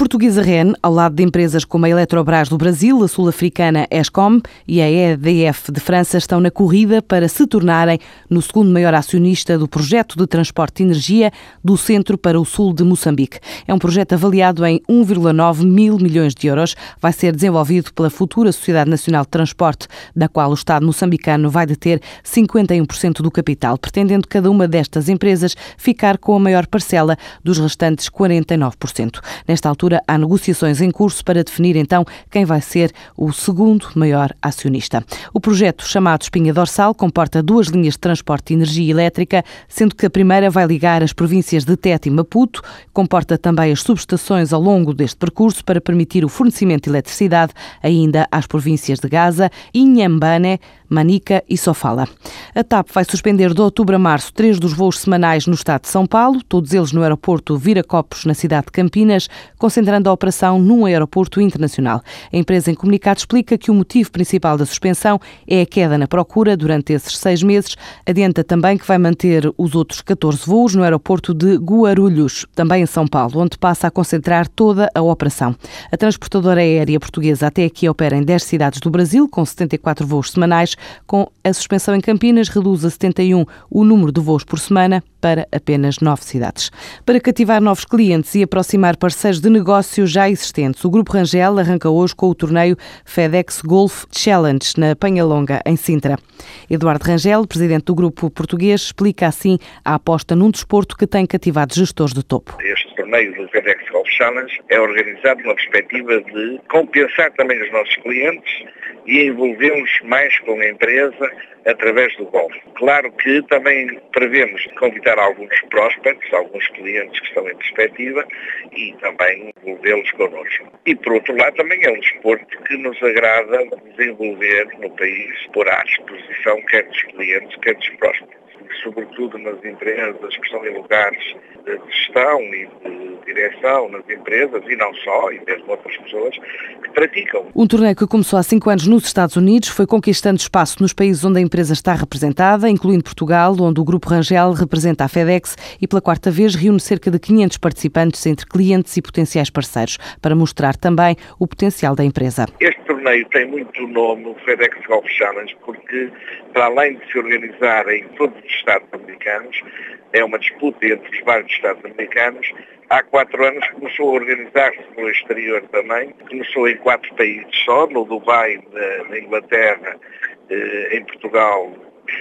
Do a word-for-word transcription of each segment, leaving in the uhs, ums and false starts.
portuguesa REN, ao lado de empresas como a Eletrobras do Brasil, a sul-africana Eskom e a E D F de França, estão na corrida para se tornarem no segundo maior acionista do projeto de transporte de energia do centro para o sul de Moçambique. É um projeto avaliado em um vírgula nove mil milhões de euros. Vai ser desenvolvido pela futura Sociedade Nacional de Transporte, da qual o Estado moçambicano vai deter cinquenta e um por cento do capital, pretendendo cada uma destas empresas ficar com a maior parcela dos restantes quarenta e nove por cento. Nesta altura, há negociações em curso para definir então quem vai ser o segundo maior acionista. O projeto, chamado Espinha Dorsal, comporta duas linhas de transporte de energia elétrica, sendo que a primeira vai ligar as províncias de Tete e Maputo, comporta também as subestações ao longo deste percurso para permitir o fornecimento de eletricidade ainda às províncias de Gaza, Inhambane, Manica e Sofala. A TAP vai suspender de outubro a março três dos voos semanais no estado de São Paulo, todos eles no aeroporto Viracopos, na cidade de Campinas, concentrando a operação num aeroporto internacional. A empresa, em comunicado, explica que o motivo principal da suspensão é a queda na procura durante esses seis meses. Adianta também que vai manter os outros catorze voos no aeroporto de Guarulhos, também em São Paulo, onde passa a concentrar toda a operação. A transportadora aérea portuguesa até aqui opera em dez cidades do Brasil, com setenta e quatro voos semanais. Com a suspensão em Campinas, reduz a setenta e um o número de voos por semana para apenas nove cidades. Para cativar novos clientes e aproximar parceiros de negócio já existentes, o Grupo Rangel arranca hoje com o torneio FedEx Golf Challenge, na Penhalonga, em Sintra. Eduardo Rangel, presidente do grupo português, explica assim a aposta num desporto que tem cativado gestores de topo. Este torneio do FedEx Golf Challenge é organizado numa perspectiva de compensar também os nossos clientes e envolvê-los mais com a empresa através do golfe. Claro que também prevemos convidar alguns prospects, alguns clientes que estão em perspectiva e também envolvê-los connosco. E por outro lado também é um desporto que nos agrada desenvolver no país, pôr à disposição quer dos clientes, quer dos prospects. Sobretudo nas empresas que estão em lugares de gestão e de direção nas empresas, e não só, e mesmo outras pessoas que praticam. Um torneio que começou há cinco anos nos Estados Unidos foi conquistando espaço nos países onde a empresa está representada, incluindo Portugal, onde o Grupo Rangel representa a FedEx e pela quarta vez reúne cerca de quinhentos participantes entre clientes e potenciais parceiros, para mostrar também o potencial da empresa. Este torneio tem muito nome, o FedEx Golf Challenge, porque para além de se organizar em todos os Estados americanos, é uma disputa entre os vários Estados americanos. Há quatro anos começou a organizar-se no exterior também. Começou em quatro países só, no Dubai, na, na Inglaterra, eh, em Portugal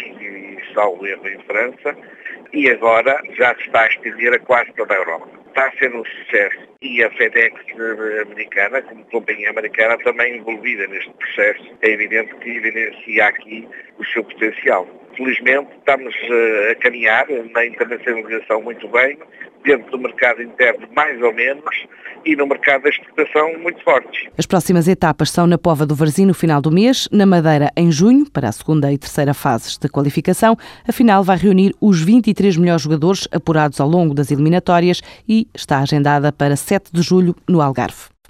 e, salvo erro, em França. E agora já se está a estender a quase toda a Europa. Está a ser um sucesso. E a FedEx americana, como companhia americana, também envolvida neste processo, é evidente que evidencia aqui o seu potencial. Felizmente estamos a caminhar na internacionalização muito bem, dentro do mercado interno mais ou menos, e no mercado da exportação muito fortes. As próximas etapas são na Póvoa do Varzim no final do mês, na Madeira em junho, para a segunda e terceira fases de qualificação. A final vai reunir os vinte e três melhores jogadores apurados ao longo das eliminatórias e está agendada para sete de julho no Algarve.